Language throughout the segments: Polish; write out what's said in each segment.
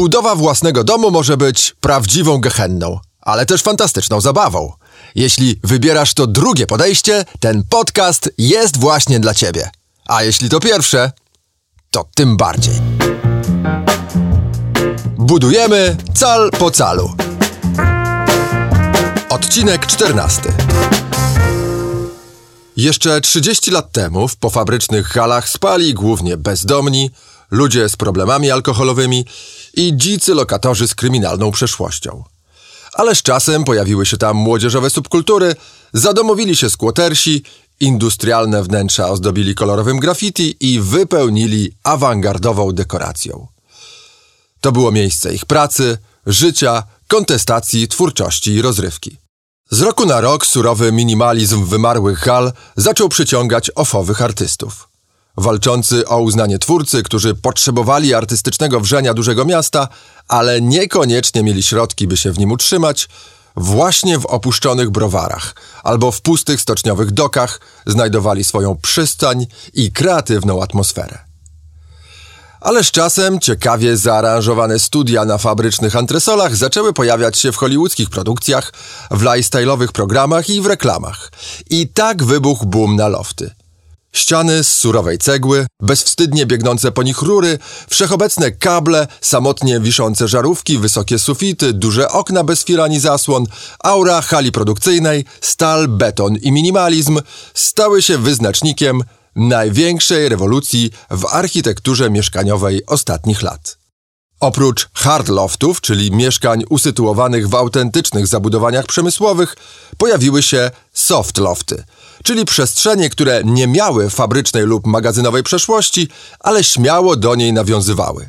Budowa własnego domu może być prawdziwą gehenną, ale też fantastyczną zabawą. Jeśli wybierasz to drugie podejście, ten podcast jest właśnie dla Ciebie. A jeśli to pierwsze, to tym bardziej. Budujemy cal po calu. Odcinek 14. Jeszcze 30 lat temu w pofabrycznych halach spali głównie bezdomni, ludzie z problemami alkoholowymi i dzicy lokatorzy z kryminalną przeszłością. Ale z czasem pojawiły się tam młodzieżowe subkultury, zadomowili się skłotersi, industrialne wnętrza ozdobili kolorowym graffiti i wypełnili awangardową dekoracją. To było miejsce ich pracy, życia, kontestacji, twórczości i rozrywki. Z roku na rok surowy minimalizm wymarłych hal zaczął przyciągać ofowych artystów. Walczący o uznanie twórcy, którzy potrzebowali artystycznego wrzenia dużego miasta, ale niekoniecznie mieli środki, by się w nim utrzymać, właśnie w opuszczonych browarach albo w pustych stoczniowych dokach znajdowali swoją przystań i kreatywną atmosferę. Ale z czasem ciekawie zaaranżowane studia na fabrycznych antresolach zaczęły pojawiać się w hollywoodzkich produkcjach, w lifestyle'owych programach i w reklamach. I tak wybuchł boom na lofty. Ściany z surowej cegły, bezwstydnie biegnące po nich rury, wszechobecne kable, samotnie wiszące żarówki, wysokie sufity, duże okna bez fir ani zasłon, aura hali produkcyjnej, stal, beton i minimalizm stały się wyznacznikiem największej rewolucji w architekturze mieszkaniowej ostatnich lat. Oprócz hard loftów, czyli mieszkań usytuowanych w autentycznych zabudowaniach przemysłowych, pojawiły się soft lofty, czyli przestrzenie, które nie miały fabrycznej lub magazynowej przeszłości, ale śmiało do niej nawiązywały.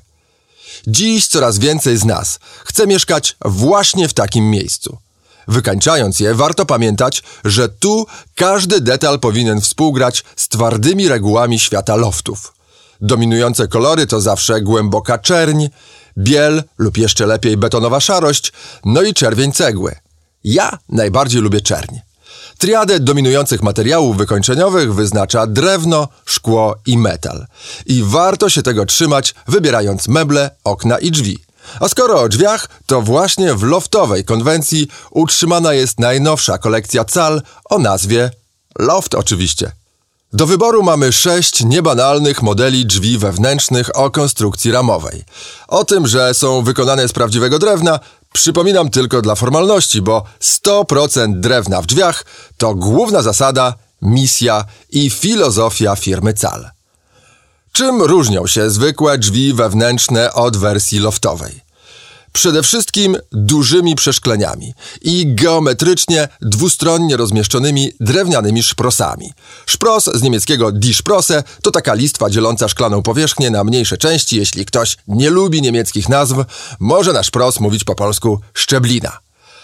Dziś coraz więcej z nas chce mieszkać właśnie w takim miejscu. Wykańczając je, warto pamiętać, że tu każdy detal powinien współgrać z twardymi regułami świata loftów. Dominujące kolory to zawsze głęboka czerń, biel lub jeszcze lepiej betonowa szarość, no i czerwień cegły. Ja najbardziej lubię czerń. Triadę dominujących materiałów wykończeniowych wyznacza drewno, szkło i metal. I warto się tego trzymać, wybierając meble, okna i drzwi. A skoro o drzwiach, to właśnie w loftowej konwencji utrzymana jest najnowsza kolekcja cal o nazwie Loft oczywiście. Do wyboru mamy 6 niebanalnych modeli drzwi wewnętrznych o konstrukcji ramowej. O tym, że są wykonane z prawdziwego drewna, przypominam tylko dla formalności, bo 100% drewna w drzwiach to główna zasada, misja i filozofia firmy Cal. Czym różnią się zwykłe drzwi wewnętrzne od wersji loftowej? Przede wszystkim dużymi przeszkleniami i geometrycznie dwustronnie rozmieszczonymi drewnianymi szprosami. Szpros z niemieckiego Die Sprosse to taka listwa dzieląca szklaną powierzchnię na mniejsze części. Jeśli ktoś nie lubi niemieckich nazw, może na szpros mówić po polsku szczeblina.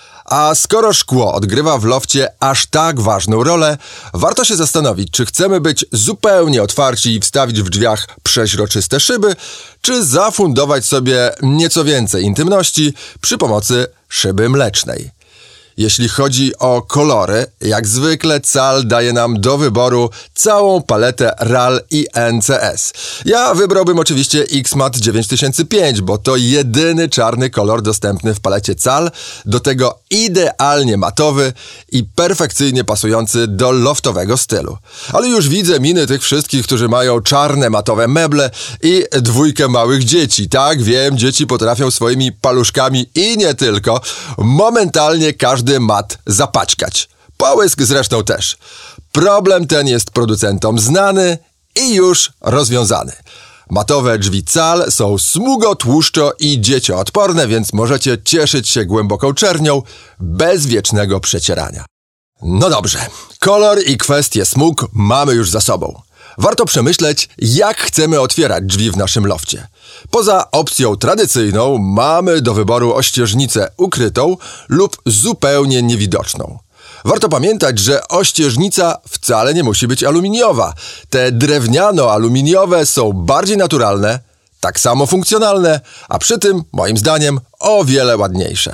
A skoro szkło odgrywa w lofcie aż tak ważną rolę, warto się zastanowić, czy chcemy być zupełnie otwarci i wstawić w drzwiach przeźroczyste szyby, czy zafundować sobie nieco więcej intymności przy pomocy szyby mlecznej. Jeśli chodzi o kolory, jak zwykle Cal daje nam do wyboru całą paletę RAL i NCS. Ja wybrałbym oczywiście XMAT 9005, bo to jedyny czarny kolor dostępny w palecie Cal, do tego idealnie matowy i perfekcyjnie pasujący do loftowego stylu. Ale już widzę miny tych wszystkich, którzy mają czarne matowe meble i 2 małych dzieci. Tak, wiem, dzieci potrafią swoimi paluszkami i nie tylko momentalnie każdy mat zapaćkać. Połysk zresztą też. Problem ten jest producentom znany i już rozwiązany. Matowe drzwi Cal są smugo, tłuszczo i dziecioodporne, więc możecie cieszyć się głęboką czernią bez wiecznego przecierania. No dobrze, kolor i kwestie smug mamy już za sobą. Warto przemyśleć, jak chcemy otwierać drzwi w naszym lofcie. Poza opcją tradycyjną mamy do wyboru ościeżnicę ukrytą lub zupełnie niewidoczną. Warto pamiętać, że ościeżnica wcale nie musi być aluminiowa. Te drewniano-aluminiowe są bardziej naturalne, tak samo funkcjonalne, a przy tym, moim zdaniem, o wiele ładniejsze.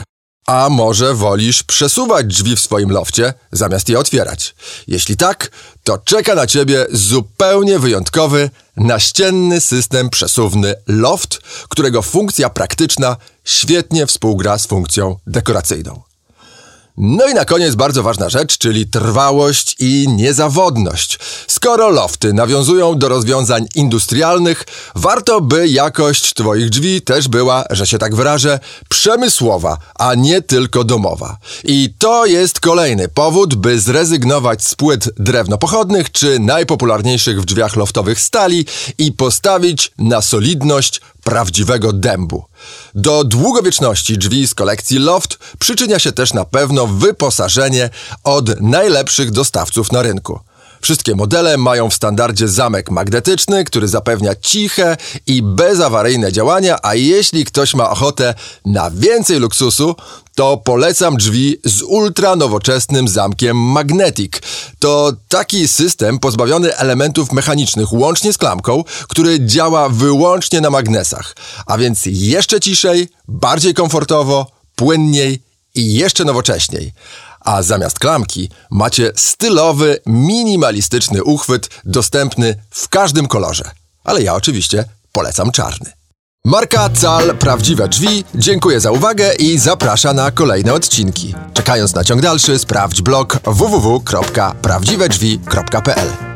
A może wolisz przesuwać drzwi w swoim lofcie, zamiast je otwierać? Jeśli tak, to czeka na Ciebie zupełnie wyjątkowy, naścienny system przesuwny loft, którego funkcja praktyczna świetnie współgra z funkcją dekoracyjną. No i na koniec bardzo ważna rzecz, czyli trwałość i niezawodność. Skoro lofty nawiązują do rozwiązań industrialnych, warto by jakość Twoich drzwi też była, że się tak wyrażę, przemysłowa, a nie tylko domowa. I to jest kolejny powód, by zrezygnować z płyt drewnopochodnych czy najpopularniejszych w drzwiach loftowych stali i postawić na solidność prawdziwego dębu. Do długowieczności drzwi z kolekcji Loft przyczynia się też na pewno wyposażenie od najlepszych dostawców na rynku. Wszystkie modele mają w standardzie zamek magnetyczny, który zapewnia ciche i bezawaryjne działania, a jeśli ktoś ma ochotę na więcej luksusu, to polecam drzwi z ultra nowoczesnym zamkiem Magnetic. To taki system pozbawiony elementów mechanicznych łącznie z klamką, który działa wyłącznie na magnesach. A więc jeszcze ciszej, bardziej komfortowo, płynniej i jeszcze nowocześniej. A zamiast klamki macie stylowy, minimalistyczny uchwyt dostępny w każdym kolorze. Ale ja oczywiście polecam czarny. Marka Cal Prawdziwe Drzwi dziękuję za uwagę i zaprasza na kolejne odcinki. Czekając na ciąg dalszy, sprawdź blog www.prawdziwedrzwi.pl.